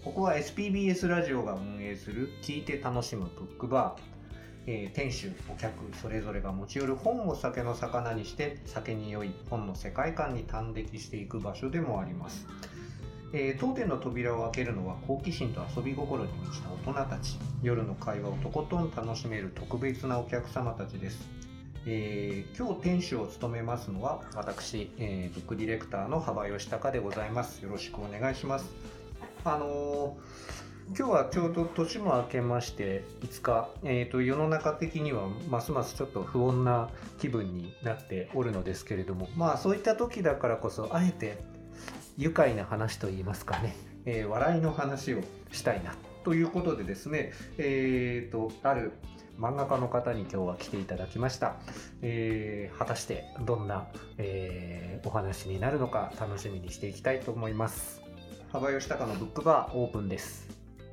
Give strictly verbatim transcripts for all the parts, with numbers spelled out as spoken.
ここは エスピービーエス ラジオが運営する聞いて楽しむブックバー、えー、店主お客それぞれが持ち寄る本を酒の魚にして酒に酔い本の世界観に端的していく場所でもあります。えー、当店の扉を開けるのは好奇心と遊び心に満ちた大人たち。夜の会話をとことん楽しめる特別なお客様たちです。えー、今日店主を務めますのは私、えー、ブックディレクターの幅吉隆でございます。よろしくお願いします。あのー、今日はちょうど年も明けましていつか、えーと、世の中的にはますますちょっと不穏な気分になっておるのですけれども、まあそういった時だからこそあえて愉快な話といいますかね、えー、笑いの話をしたいなということでですね、えーと、ある漫画家の方に今日は来ていただきました。えー、果たしてどんな、えー、お話になるのか楽しみにしていきたいと思います。幅吉隆のブックバーオープンです。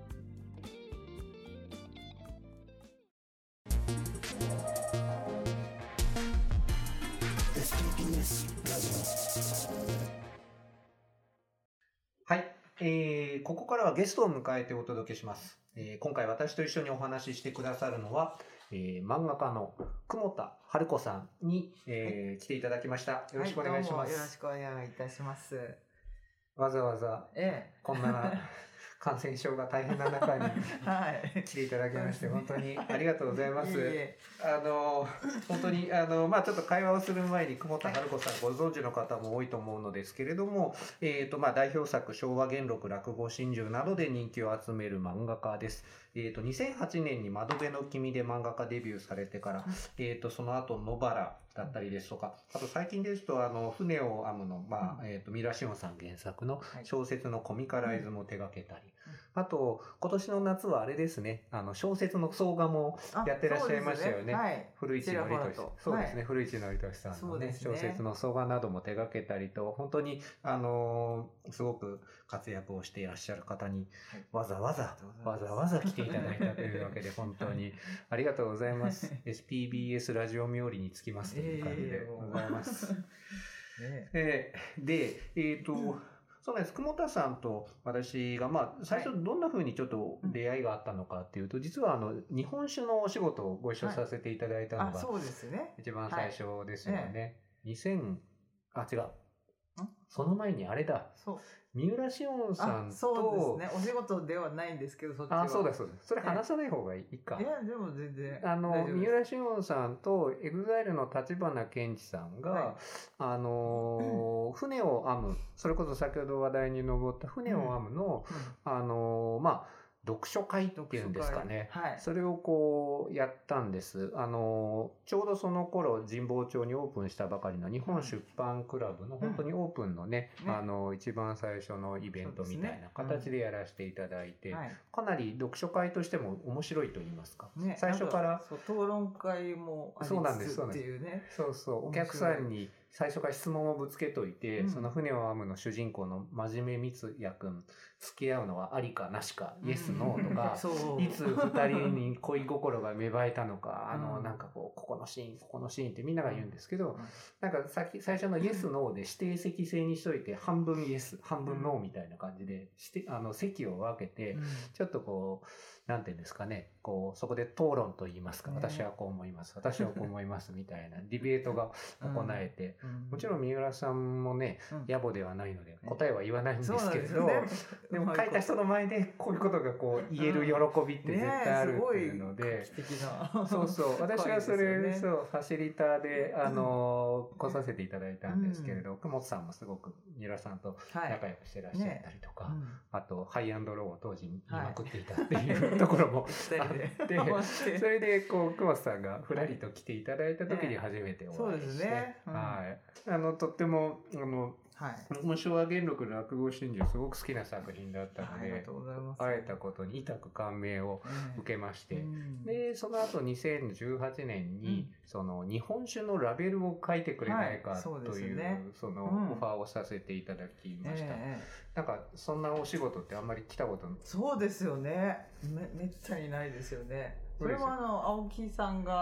はい、えー、ここからはゲストを迎えてお届けします。えー、今回私と一緒にお話ししてくださるのは、えー、漫画家の久保田春子さんに、えーはい、来ていただきました。よろしくお願いします。 はい、どうもよろしくお願いいたします。 わざわざ、ええ、こんな感染症が大変な中に来ていただきまして、本当にありがとうございます。いえあの本当にあの、まあ、ちょっと会話をする前に久保田春子さんご存知の方も多いと思うのですけれども、えーとまあ、代表作昭和元禄落語心中などで人気を集める漫画家です。えーとにせんはちねんに窓辺の君で漫画家デビューされてから、えーとその後野原だったりですとか、あと最近ですとあの船を編むの、まあえー、と三浦紫音さん原作の小説のコミカライズも手掛けたり、あと今年の夏はあれですね、あの小説の総画もやってらっしゃいましたよね。はい、古市憲寿、そうですね、古市憲寿さんのね、小説の総画なども手掛けたりと、本当にあのー、すごく活躍をしていらっしゃる方に、はい、わざわざわざわざ来ていただいたというわけで本当にありがとうございます。エスピービーエス ラジオ冥利につきますという感じでございます。えー、えー、で、えっ、ー、と、うんそうなんです。久保田さんと私が、まあ、最初どんな風にちょっと出会いがあったのかっていうと、はい、実はあの、日本酒のお仕事をご一緒させていただいたのが、そうですね。一番最初ですよね。はい、にせん、あ、違う。その前にあれだ。そう三浦紫音さんと、 そうですね。お仕事ではないんですけど、そっちは。 あ、そうだそうだ。それ話さない方がいいか。 いや、でも全然。 あの、三浦紫音さんとエグザイルの立花健二さんが、はい、あの、うん、船を編む、それこそ先ほど話題に上った船を編むの、うん、あの、まあ、読書会っていうんですかね、はい、それをこうやったんです。あのちょうどその頃神保町にオープンしたばかりの日本出版クラブの本当にオープンのね、うん、あの一番最初のイベントみたいな形でやらせていただいて、ねうんはい、かなり読書会としても面白いと言いますか、ね、最初からそう討論会もありつつっていうね、 そうそうお客さんに最初から質問をぶつけといて、うん、その船を編むの主人公の真面目光也くん付き合うのはありかなしか、イエスノーとかいつふたりに恋心が芽生えたのか、あのなんかこうここのシーンここのシーンってみんなが言うんですけど、うん、なんかさっき最初のイエスノーで指定席制にしといて半分イエス半分ノーみたいな感じでしてあの席を分けて、うん、ちょっとこうなんていうんですかね、こうそこで討論と言いますか、ね、私はこう思います私はこう思いますみたいなディベートが行えて、うん、もちろん三浦さんもね、うん、野暮ではないので答えは言わないんですけれど、ね、でも書いた人の前でこういうことがこう言える喜びって絶対あるっていうので、うんね、 すごい画期的なそうそう私はそれ、ね、そうファシリターであの来させていただいたんですけれど、うん、久保田さんもすごく三浦さんと仲良くしてらっしゃったりとか、はいねうん、あとハイアンドローを当時見まくっていたっていう、はいところもあってそれでこう久保田さんがふらりと来ていただいた時に初めてお会いして、ねうんはい、あのとってもあのはい、昭和元禄の落語心中すごく好きな作品だったので、会えたことに痛く感銘を受けまして、うん、でその後にせんじゅうはちねんに、うん、その日本酒のラベルを書いてくれないかという、はい、そのオファーをさせていただきました、うんえー、なんかそんなお仕事ってあんまり来たことそうですよね め, めったにないですよね。それもあの青木さんが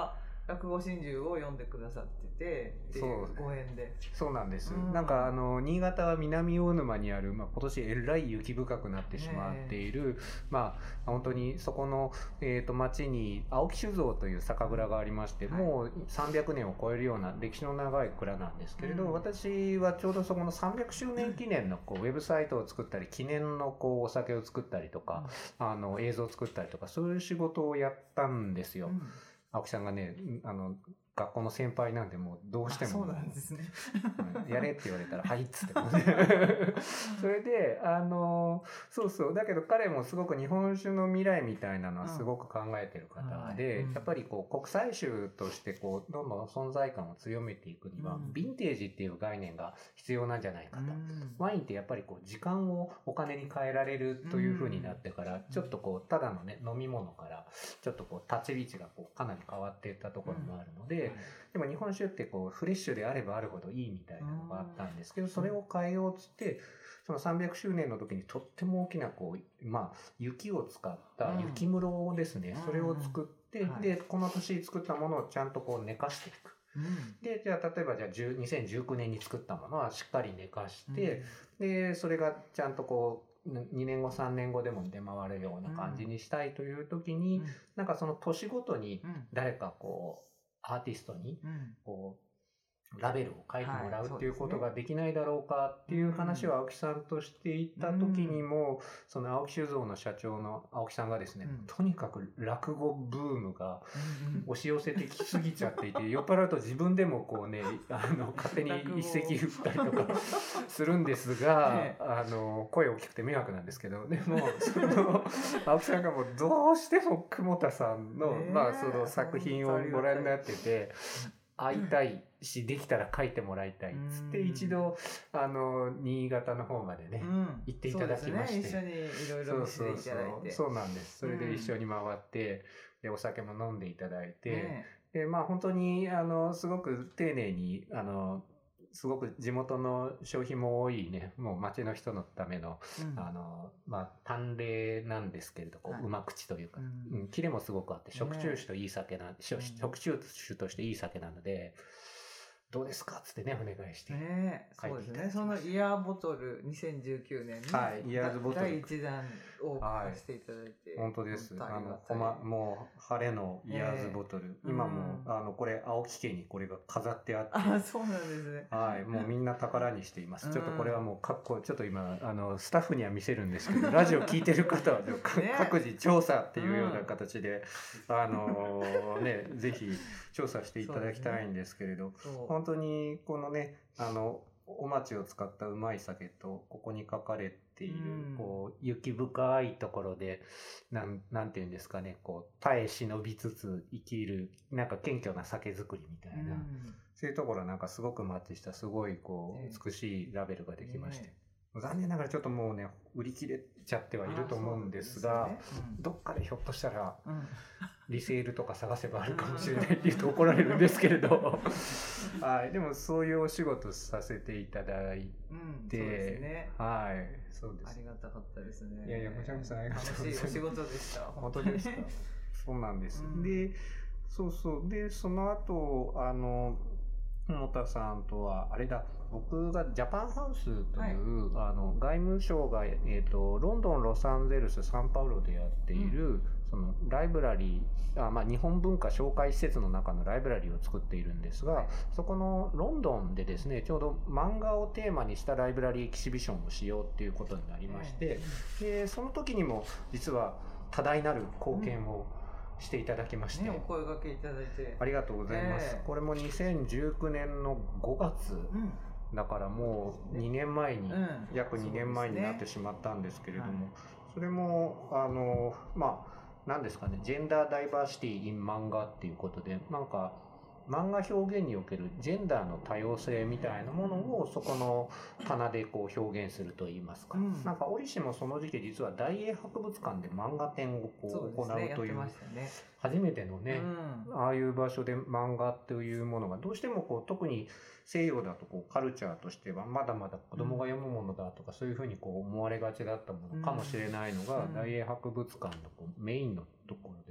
落語真珠を読んでくださっててっていうご縁で。 そうなんです。うん、なんかあの新潟は南大沼にある、まあ、今年えらい雪深くなってしまっている、まあ本当にそこの、えー、と町に青木酒造という酒蔵がありまして、はい、もうさんびゃくねんを超えるような歴史の長い蔵なんですけれど、うん、私はちょうどそこのさんびゃくしゅうねん記念のこうウェブサイトを作ったり記念のこうお酒を作ったりとか、うん、あの映像を作ったりとかそういう仕事をやったんですよ。うん、青木さんがね、あの学校の先輩なんでもうどうしてもそうなんですねやれって言われたらはいっつってそれであのそうそうだけど彼もすごく日本酒の未来みたいなのはすごく考えてる方で、うん、やっぱりこう国際酒としてこうどんどん存在感を強めていくには、うん、ヴィンテージっていう概念が必要なんじゃないかと、うん、ワインってやっぱりこう時間をお金に換えられるという風になってから、うん、ちょっとこうただのね飲み物からちょっとこう立ち位置がこうかなり変わっていったところもあるので、うん、でも日本酒ってこうフレッシュであればあるほどいいみたいなのがあったんですけど、それを変えようっつってそのさんびゃくしゅうねんの時にとっても大きなこう、まあ、雪を使った雪室をですね、それを作って、でこの年作ったものをちゃんとこう寝かしていく。でじゃあ例えばじゃあにせんじゅうきゅうねんに作ったものはしっかり寝かして、でそれがちゃんとこうにねんごさんねんごでも出回るような感じにしたいという時に、なんかその年ごとに誰かこうアーティストにこうラベルを書いてもらうっていうことができないだろうかっていう話を青木さんとしていた時にも、その青木酒造の社長の青木さんがですね、とにかく落語ブームが押し寄せてきすぎちゃっていて、酔っ払うと自分でもこうねあの勝手に一席振ったりとかするんですが、あの声大きくて迷惑なんですけど、でもその青木さんがもうどうしても久保田さんの、まあその作品をご覧になってて。会いたいしできたら書いてもらいたいっつって一度あの新潟の方までね、うん、行っていただきまして、 そうですね、一緒にいろいろ見せていただいて、 そうそうそうなんです。それで一緒に回って、でお酒も飲んでいただいて、ね、でまあ本当にあのすごく丁寧にあのすごく地元の消費も多いね、もう町の人のための、うん、あの、まあ、淡麗なんですけれど、こう、はい、うま口というか、うん、キレもすごくあって、食中酒といい酒な、ね、食中酒としていい酒なので、どうですかっつってね、お願いして。 ね、そうですね。そのイヤーボトルにせんじゅうきゅうねんに、はい、イヤーズボトルだいいちだんを貸していただいて、 はい、本当です。あの、こま、もう晴れのイヤーズボトル、えー、今も、うん、あのこれ青木家にこれが飾ってあって、 あ、そうなんですね。 はい、もうみんな宝にしています。ちょっとこれはもうかっこちょっと今あのスタッフには見せるんですけど、ラジオ聞いてる方は、ね、各自調査っていうような形で、うん、あのねぜひ調査していただきたいんですけれど、本当にこのねあのお町を使ったうまい酒とここに書かれている、うん、こう雪深いところでなんなんていうんですかね、こう耐え忍びつつ生きるなんか謙虚な酒造りみたいな、うん、そういうところなんかすごくマッチしたすごいこう美しいラベルができまして、ね、残念ながらちょっともうね売り切れちゃってはいると思うんですが、ね、うん、どっかでひょっとしたら、うん、リセールとか探せばあるかもしれないって言うと怒られるんですけれどはい、でもそういうお仕事させていただいて、うん、そうですね、はい、そうです。 ありがたかったですね。 いやいや、こちらこそありがとうございます。 楽しいお仕事でした。 本当ですか。そうなんです。うん、で、そうそうでその後あの野田さんとはあれだ。僕がジャパンハウスという、はい、あの外務省が、えーと、ロンドン、ロサンゼルス、サンパウロでやっている、うん、そのライブラリー、あ、まあ、日本文化紹介施設の中のライブラリーを作っているんですが、はい、そこのロンドンでですね、ちょうど漫画をテーマにしたライブラリーエキシビションをしようっていうことになりまして、うん、でその時にも実は多大なる貢献を、うんしていただきまして、ね、 お声掛けいただいてありがとうございます、えー、これもにせんじゅうきゅうねんのごがつ、うん、だからもうにねんまえに、うん、約にねんまえになってしまったんですけれども、ね、それもあのまあ何ですかね、ジェンダーダイバーシティ in 漫画っていうことで、なんか漫画表現におけるジェンダーの多様性みたいなものをそこの棚でこう表現するといいますか、うん、なんか折しもその時期実は大英博物館で漫画展をこう行うという初めてのね、うん、ああいう場所で漫画というものがどうしてもこう特に西洋だとこうカルチャーとしてはまだまだ子供が読むものだとかそういうふうにこう思われがちだったものかもしれないのが、大英博物館のこうメインのところ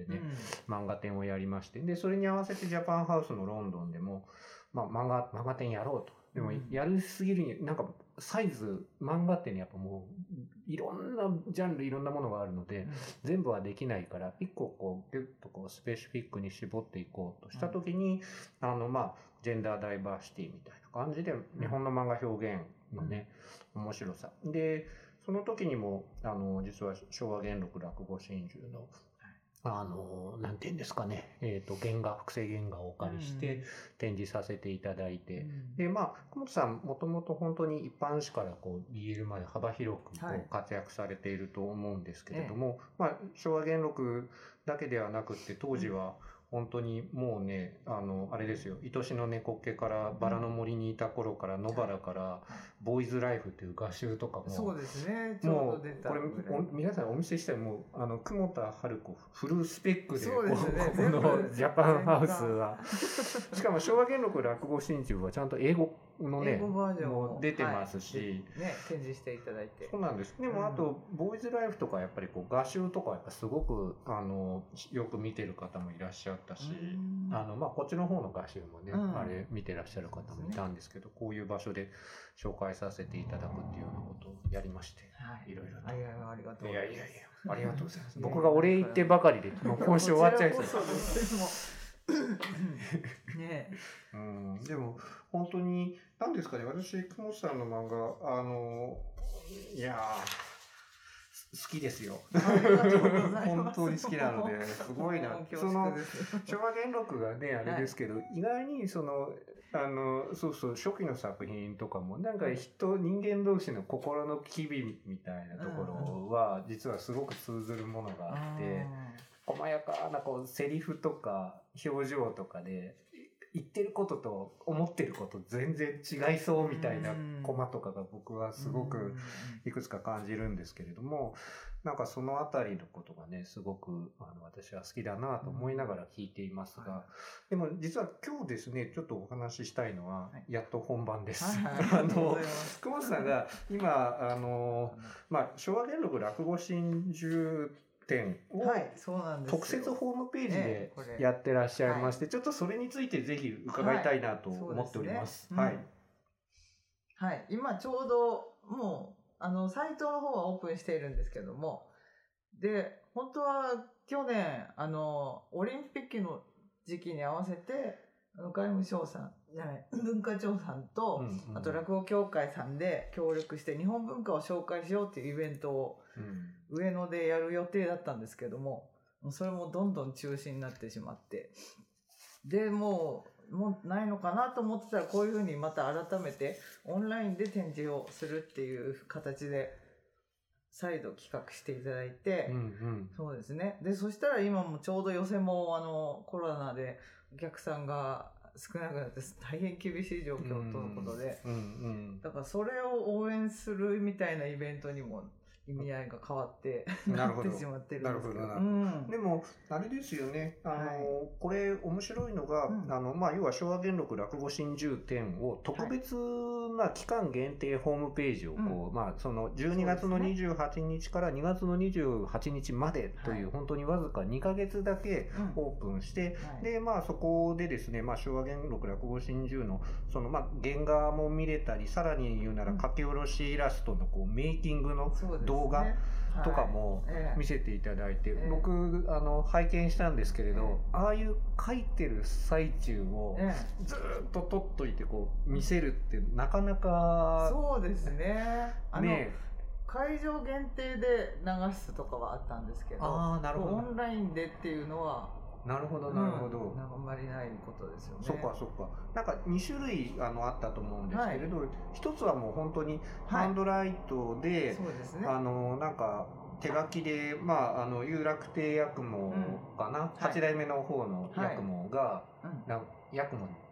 でね、うん、漫画展をやりまして、でそれに合わせてジャパンハウスのロンドンでも、まあ、漫画漫画展やろうと。でもやるすぎるになんかサイズ漫画ってやっぱもういろんなジャンルいろんなものがあるので、うん、全部はできないから一個こうギュッとこうスペシフィックに絞っていこうとした時に、うん、あのまあジェンダーダイバーシティみたいな感じで日本の漫画表現のね、うん、面白さでその時にもあの実は昭和元禄落語心中のあの、なんていうんですかね、えっと、原画、複製原画をお借りして展示させていただいて、うん、で、まあ、久本さん、もともと本当に一般紙からこう、ビーエルまで幅広くこう活躍されていると思うんですけれども、はい、まあ、昭和元禄だけではなくって、当時は、本当にもうね、あの、あれですよ、愛しの猫っけからバラの森にいた頃から野原からボーイズライフという画集とかも。 そうですね、ちょうど出た。 もう、これ、皆さんお見せしたい、もう、あの、久保田春子フルスペックで、 そうですね、 このジャパンハウスは。しかも昭和元禄落語心中はちゃんと英語のね、も出てますし、はい、 ね、展示していただいて。 そうなんです。でもあと、うん、ボーイズライフとかやっぱりこう画集とかやっぱすごく、あの、よく見てる方もいらっしゃったし、あの、まあ、こっちの方の画集もね、うん、あれ見てらっしゃる方もいたんですけど、こういう場所で紹介させていただくっていうようなことをやりまして、はい、いろいろと。 いやいや、ありがとうございます。 いやいやいや、ありがとうございます。僕がお礼言ってばかりで、もう今週終わっちゃいそうです。ねうん、でも本当に何ですかね、私久本さんの漫画あのいや好きですよ。本当に好きなのですごいな。その昭和元禄がねあれですけど、はい、意外にそのあのそうそう初期の作品とかもなんか人人間同士の心の機微みたいなところは実はすごく通ずるものがあって。細やかなこうセリフとか表情とかで言ってることと思ってること全然違いそうみたいなコマとかが僕はすごくいくつか感じるんですけれども、なんかそのあたりのことがねすごくあの私は好きだなと思いながら聞いていますが、でも実は今日ですねちょっとお話ししたいのはやっと本番です。あの久保さんが今あのまあ昭和元禄落語心中展を特設ホームページでやってらっしゃいまして、ちょっとそれについてぜひ伺いたいなと思っております。はい。 はい。今ちょうどもうあのサイトの方はオープンしているんですけども、で本当は去年あのオリンピックの時期に合わせて外務省さんじゃない文化庁さんと、うんうん、あと落語協会さんで協力して日本文化を紹介しようっていうイベントを上野でやる予定だったんですけども、それもどんどん中止になってしまって、でもうもうないのかなと思ってたらこういうふうにまた改めてオンラインで展示をするっていう形で再度企画していただいて、うんうん、そうですね。でそしたら今もちょうど寄席もあのコロナでお客さんが少なくなって大変厳しい状況とのことで、うんうんうん、だからそれを応援するみたいなイベントにも意味合いが変わってなってしまってるんですけど、なるほど、うん、 でもあれですよね、あの、はい、これ面白いのが、うん、あのまあ、要は昭和元禄落語心中展を特別な期間限定ホームページをこう、はい、まあ、そのじゅうにがつのにじゅうはちにちからにがつのにじゅうはちにちまでという、はい、本当にわずかにかげつだけオープンして、うん、はい、でまあそこでですね、まあ、昭和元禄落語心中のそのまあ原画も見れたり、さらに言うなら書き下ろしイラストのこうメイキングの動画とかも見せていただいて、はい、ええ、僕あの拝見したんですけれど、ええ、ああいう書いてる最中をずっと撮っといてこう見せるってなかなか、 そうですね、あのね、会場限定で流すとかはあったんですけど、あ、なるほど、オンラインでっていうのはなるほどなるほど、 うん、あんまりないことですよね。 そっかそっか。なんかにしゅるいあのあったと思うんですけれど、一、はい、つはもう本当にハンドライトで、はい、そうですね、あのなんか手書きで、まああの有楽亭八雲かな、うん、はちだいめの方の八雲が、はい、な八雲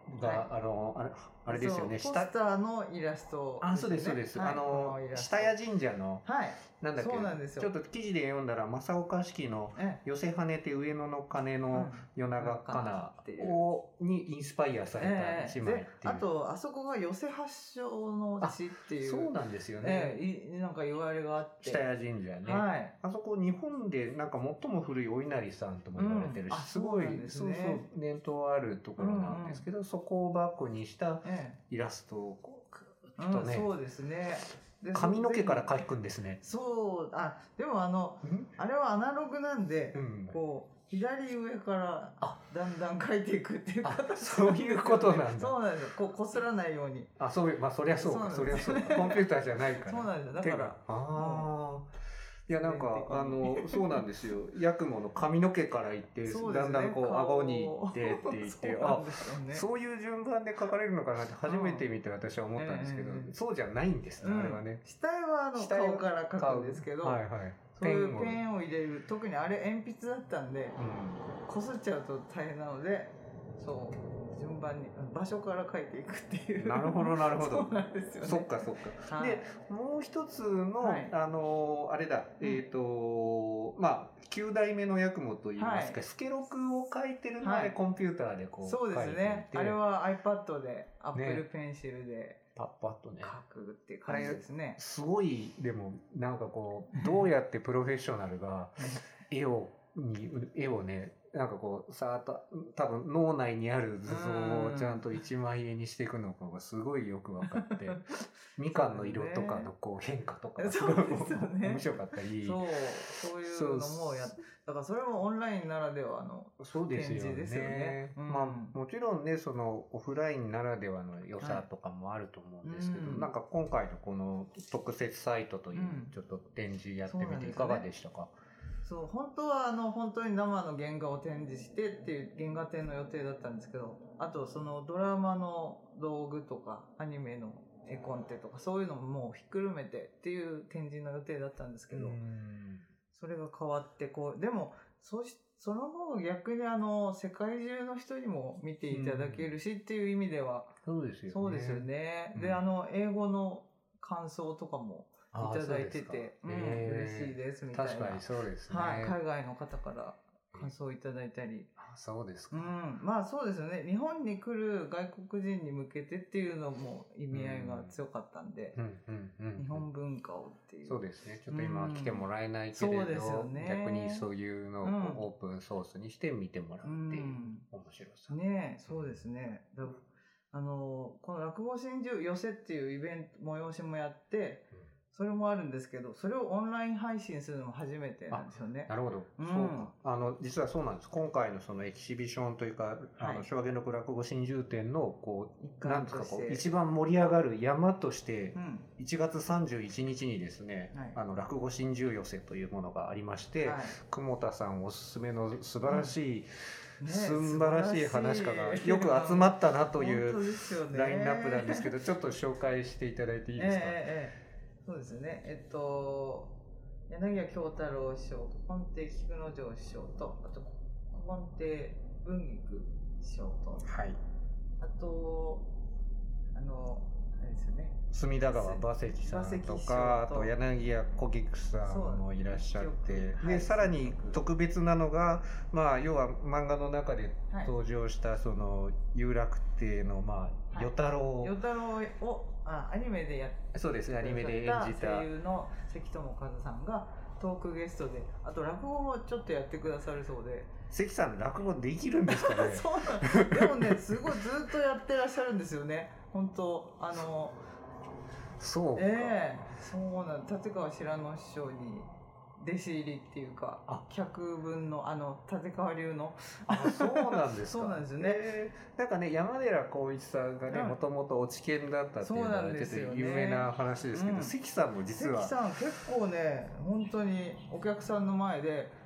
が、はい、あのあれあれですよね。 ポスターのイラスト、 ね。あ、そうですそうです。はい、あの下谷神社の、はい、なんだっけ。そうなんですよ。ちょっと記事で読んだら正岡子規の寄せ跳ねて上野の鐘の夜長かなをにインスパイアされた一枚っていう。 えー、あとあそこが寄せ発祥の地っていう。 そうなんですよね。 えー、なんか言われがあって。 下谷神社ね。はい。あそこ日本でなんか最も古いお稲荷さんとも言われてるし、うん、すごいそうそう伝統あるところなんですけど、うんうん、そこをバックにしたイラストをこうグッとね、 うん、そうですね。 髪の毛から描くんですね。 そう、あ、でもあのあれはアナログなんで、うん、こう左上からだんだん描いていくっていう形、ね、 そういうことなんだ。 そうなんですよ。こうこすらないように。 あ、そういう、まあそりゃそうか、そりゃそう。コンピューターじゃないから。 そうなんですよ。だから、ああ。いやなんかあのそうなんですよ。ヤクモの髪の毛からいって、ね、だんだんこう顎にいってって言って、あ、そういう順番で書かれるのかなって初めて見て私は思ったんですけど、うん、そうじゃないんですね、うん、あれはね。 下絵はあの顔から書くんですけど、はいはい、そういうペンを入れる、特にあれ鉛筆だったんで、こす、うん、っちゃうと大変なので、そう。順番に場所から書いていくっていう。 なるほどなるほど。 そうなんですよね。 そっかそっか。はい、でもう一つの、はい、あのあれだ、うん、えっ、ー、とまあきゅう代目のヤクモといいますか、はい、スケロクを書いてるので、はい、コンピューターでこうそうですね。あれは iPad で Apple Pencil で、 パッパッとね書くっていう感じですね。 すごいでもなんかこうどうやってプロフェッショナルが絵をに絵をね。なんかこうさーっと多分脳内にある図像をちゃんと一枚絵にしていくのがすごいよく分かってみかんの色とかのこう変化とかすごい面白かったり、 そうそういうのもやだからそれもオンラインならではの展示ですよね。 うん、まあもちろんねそのオフラインならではの良さとかもあると思うんですけど、はい、なんか今回のこの特設サイトというちょっと展示やってみていかがでしたか？ そう本当はあの本当に生の原画を展示してっていう原画展の予定だったんですけど、あとそのドラマの道具とかアニメの絵コンテとかそういうのももうひっくるめてっていう展示の予定だったんですけど、それが変わってこうでもそしその方が逆にあの世界中の人にも見ていただけるしっていう意味では、 そうですよね。 そうですよね。であの英語の感想とかもいただいてて、うん、嬉しいですみたいな。 確かにそうですね。 はい、海外の方から感想をいただいたり。 あ、そうですか。 うん、まあそうですよね。日本に来る外国人に向けてっていうのも意味合いが強かったんで、日本文化をっていう。 そうですね。ちょっと今は来てもらえないけれど、うん、そうですよね、逆にそういうのをオープンソースにして見てもらうっていう面白さ。 うん、ねえ、そうですね。だあのこの落語真珠寄せっていうイベント催しもやって。うん、それもあるんですけど、それをオンライン配信するのも初めてなんですよね。 なるほど。うん、そうか。あの、実はそうなんです。今回のそのエキシビションというか、はい、あの、昭和元禄落語真珠展の、こう、なんですか、こう、一番盛り上がる山として、いちがつさんじゅういちにちにですね、うん、あの、落語真珠寄せというものがありまして、はい、久保田さんおすすめの素晴らしい、うんね、素晴らしい話家がよく集まったなというラインナップなんですけど、ちょっと紹介していただいていいですか？ えーえーそうですね。えっと、柳家京太郎師匠、古今亭菊之丞師匠と、あと古今亭文菊師匠と、はい、あと、あの、あれですよね。 隅田川馬関さんとか、あと柳家小菊さんもいらっしゃって、で、さらに特別なのが、まあ、要は漫画の中で登場した、その、有楽亭の、まあ、与太郎。 与太郎を、あ、アニメでやってそうですね、アニメで演じた声優の関智一さんがトークゲストで、あと落語もちょっとやってくださるそうで。 関さん落語できるんですかね？ そうなんです。でもね、すごいずっとやってらっしゃるんですよね。本当あのそうか。 ええー、そうなん立川志らの師匠に弟子入りっていうか、客分のあの立川流のあ、そうなんですか。 そうなんですよね。 えー、なんかね、山寺宏一さんがね、もともと落研だったっていうのはちょっと有名な話ですけど、うん、関さんも実は関さん結構ね、本当にお客さんの前で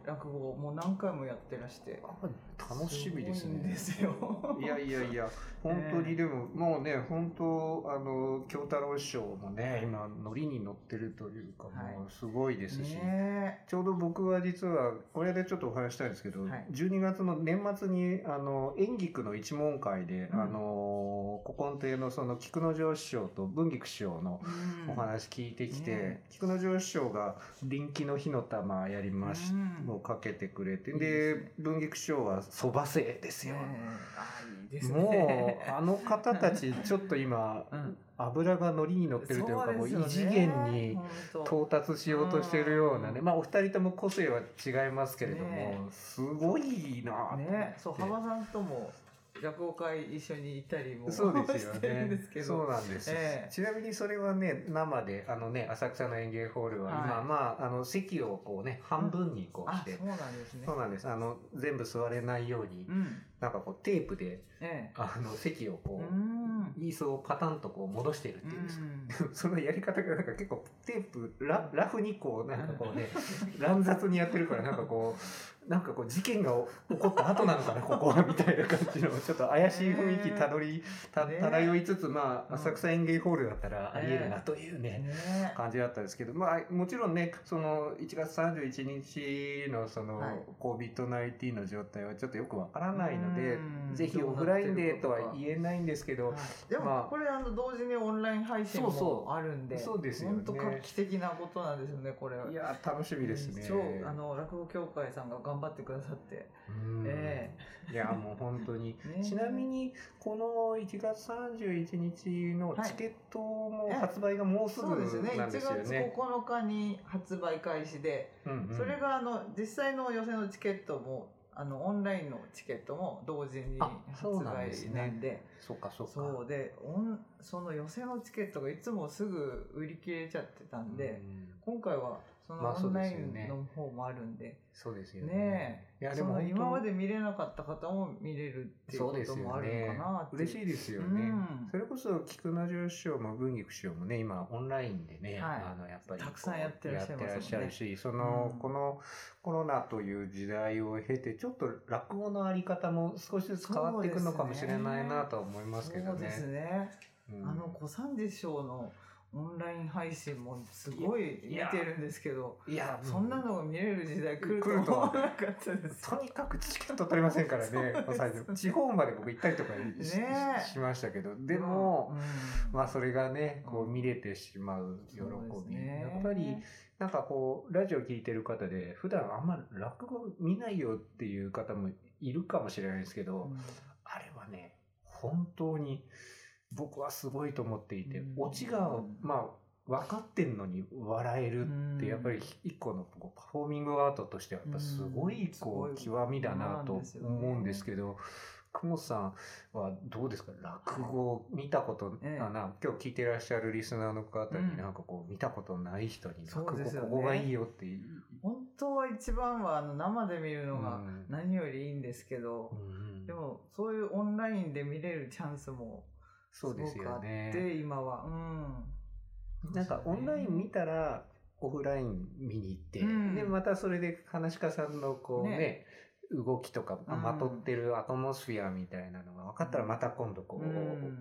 落語をもう何回もやってらして。 楽しみですね。 ですよ。 いやいやいや、本当にでも、もうね、本当、あの、京太郎師匠もね、今、ノリに乗ってるというか、もうすごいですし、ね、ちょうど僕は実は、これでちょっとお話したいんですけど、はい、じゅうにがつの年末に、あの、演劇の一門会で、うん、あの、古今亭のその、菊之丞師匠と文菊師匠のお話聞いてきて、うんね、菊之丞師匠が、臨機の火の玉やりまし、うん、をかけてくれて、で、いいですね、文菊師匠は蕎麦生ですよ。ね、あ、いいですね。もう、あの方たち、ちょっと今、うん、油が乗りに乗ってるというか、もう異次元に到達しようとしているようなね、まあお二人とも個性は違いますけれども、ね、すごいなぁ。 ね、そう、幅さんとも落語会一緒に行ったりもそうですよね。してるんですけど。そうなんです、えー。ちなみにそれはね、生で、あのね、浅草の演芸ホールは今、はい、まあ、あの、席をこうね、半分にこうして、 うん、あ、そうなんですね。 そうなんです。あの、全部座れないように、うん、なんかこう、テープで、えー、あの、席をこう、椅子をパタンとこう戻しているっていうんですか。うん、そのやり方がなんか結構、テープラ、ラフにこう、なんかこうね、乱雑にやってるから、なんかこう、なんかこう事件が起こった後なのかなここはみたいな感じのちょっと怪しい雰囲気たどりた漂いつつ、まあ浅草演芸ホールだったらありえるなというね感じだったんですけど、まあもちろんねそのいちがつさんじゅういちにちのその コービッドナインティーン の状態はちょっとよくわからないので、ぜひオフラインでとは言えないんですけど、 でもこれあの同時にオンライン配信もあるんで、 そうですよね。 本当画期的なことなんですよねこれ。 いや楽しみですね。 超あの落語協会さんが頑張ってくださって、 えー、いやもう本当にね、ちなみにこのいちがつさんじゅういちにちのチケットも発売がもうすぐなんですよね。 そうですね。いちがつここのかに発売開始で、うんうん、それがあの実際の寄席のチケットもあのオンラインのチケットも同時に発売なんで、 そうかそうか。 そうで、オンその寄席のチケットがいつもすぐ売り切れちゃってたんで、うん、今回はそのオンラインの方もあるんで、 そうですよね。 ねえ、いやでも今まで見れなかった方も見れるっていうこともあるのかなって。 嬉しいですよね。うん、それこそ菊之丞師匠も文菊師匠もね今オンラインでね、はい、あのやっぱりたくさんやってらっしゃいますね。 やってらっしゃるし、その、うん、このコロナという時代を経てちょっと落語のあり方も少しずつ変わっていくのかもしれないなとは思いますけどね。 そうですね。うん、あの小三治師匠のオンライン配信もすごい見てるんですけど、いやそんなのが見れる時代来ると思わなかったです。 とにかくチケット取れませんからね。地方まで僕行ったりとか し,、ね、しましたけど、でも、うん、まあそれがねこう見れてしまう喜び、ね、やっぱりなんかこうラジオ聞いてる方で普段あんま落語見ないよっていう方もいるかもしれないですけど、うん、あれはね本当に僕はすごいと思っていて、オチがまあ分かってんのに笑えるってやっぱり一個のこうパフォーミングアートとしてはやっぱすごいこう極みだなと思うんですけど、久保さんはどうですか？落語見たこと、ええ、あな今日聞いてらっしゃるリスナーの方になんかこう見たことない人に落語、ね、ここがいいよって本当は一番はあの生で見るのが何よりいいんですけど、うん、でもそういうオンラインで見れるチャンスもそうですよね。で今は、 うん、なんかオンライン見たらオフライン見に行って、うん、でまたそれで話し家さんのこうね、ね動きとか、うん、まとってるアトモスフィアみたいなのが分かったらまた今度こう、うん、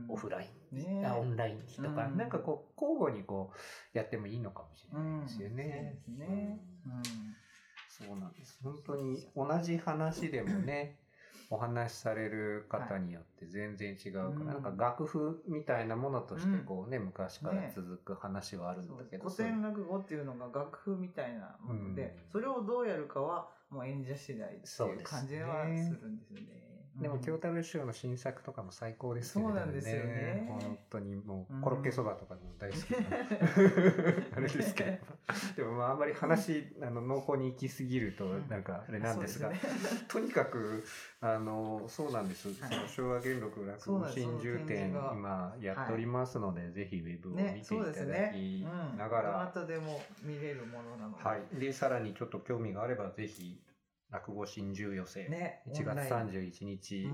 オフライン、ね、あオンラインとか、うん、なんかこう交互にこうやってもいいのかもしれないですよね。 うん、そうですね。 うん、そうなんです。本当に同じ話でもね。お話しされる方によって全然違うから、はい、なんか楽譜みたいなものとしてこうね、うん、昔から続く話はあるんだけど、 ね、古典落語っていうのが楽譜みたいなもので、うん、それをどうやるかはもう演者次第っていう感じはするんですよね。 でも京太郎師匠の新作とかも最高ですよね。 そうなんですよね。 本当にもうコロッケそばとかも大好きな、うん、あれですけど、でもまああんまり話あの濃厚に行き過ぎるとなんかあれなんですが、うんですね、とにかくあのそうなんです。その昭和元禄落語真珠展今やっておりますので、はい、ぜひウェブを見ていただきながら、 どなたでも見れるものなので、 はい。でさらにちょっと興味があればぜひ落語真珠寄せ、ね、いちがつさんじゅういちにち、うん、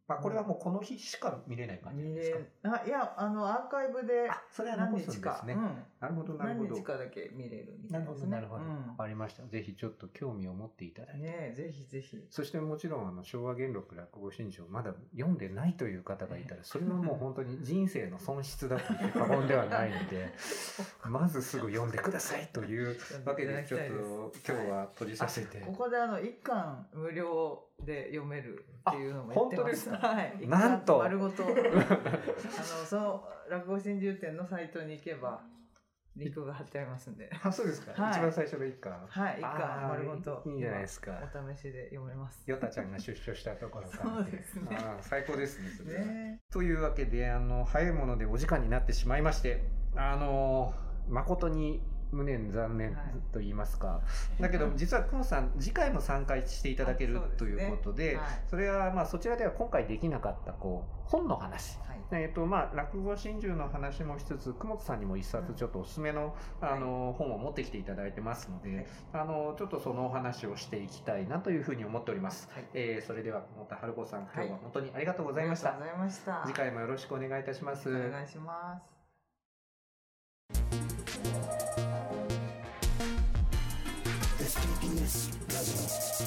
あ、これはもうこの日しか見れない感じですか？ あ、いや、あの、アーカイブで何日か。 ね、うん、なるほど、なるほど。 何日かだけ見れるみたいですね。 なるほど、なるほど。わかりました。ぜひちょっと興味を持っていただいて。 ね、ぜひぜひ。 そしてもちろん、あの、昭和元禄落語真珠をまだ読んでないという方がいたら、それはもう本当に人生の損失だと言って過言ではないので、まずすぐ読んでくださいというわけで、ちょっと今日は閉じさせて。 ここであの、一巻無料で読めるっていうのも言ってます。本当ですか？ はい。 なんと丸ごとあのその落語真珠店のサイトに行けばリンクが貼ってありますんで。 あ、そうですか。はい、一番最初の一巻。 はい、一巻丸ごと。 いいんじゃないですか。 お試しで読めます。 ヨタちゃんが出所したところから。 そうですね。 あ、最高ですね。それね。 というわけで、あの早いものでお時間になってしまいまして、あの誠に無念残念と言いますか、はい、だけど実は久保さん次回も参加していただけるということで、はい、それはまあそちらでは今回できなかったこう本の話、はい、えっとまあ落語真珠の話もしつつ、久保さんにも一冊ちょっとおすすめの、あの本を持ってきていただいてますので、はい、あのちょっとそのお話をしていきたいなというふうに思っております。はい、えー、それでは久保田春子さん、今日は本当にありがとうございました。 ありがとうございました。次回もよろしくお願いいたします。 お願いします。 エスピービーエス ラジ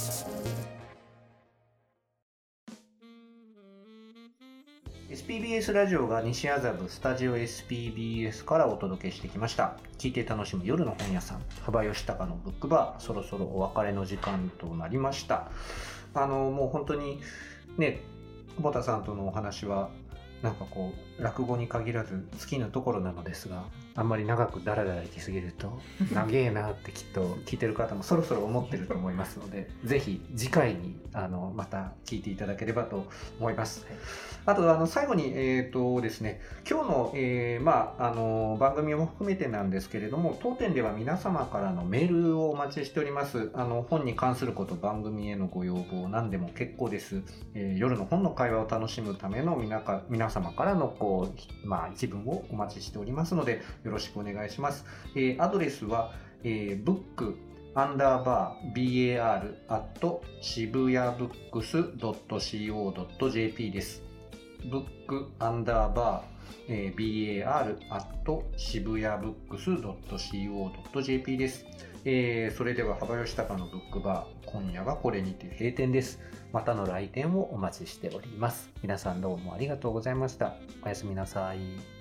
オ エスピービーエス ラジオが西麻布スタジオ エスピービーエス からお届けしてきました。聞いて楽しむ夜の本屋さん、幅吉隆のブックバー、そろそろお別れの時間となりました。あのもう本当にね、久保田さんとのお話はなんかこう落語に限らず尽きぬところなのですが、あんまり長くダラダラ行き過ぎると長えなってきっと聞いてる方もそろそろ思ってると思いますので、ぜひ次回にあのまた聞いていただければと思います。はい、あとあの最後にえっとですね、今日の、えー、まああの番組も含めてなんですけれども、当店では皆様からのメールをお待ちしております。あの本に関すること、番組へのご要望何でも結構です。えー、夜の本の会話を楽しむための皆か皆様からのこう、まあ、一文をお待ちしておりますのでよろしくお願いします。えー、アドレスは、えー、ブックアンダーバー bar アット渋谷ブックス ドット シーオー ドット ジェーピー です。ブックアンダーバー bar アット渋谷ブックス ドット シーオー ドット ジェーピー です。えー、それでは幅吉隆のブックバー、今夜はこれにて閉店です。またの来店をお待ちしております。皆さんどうもありがとうございました。おやすみなさい。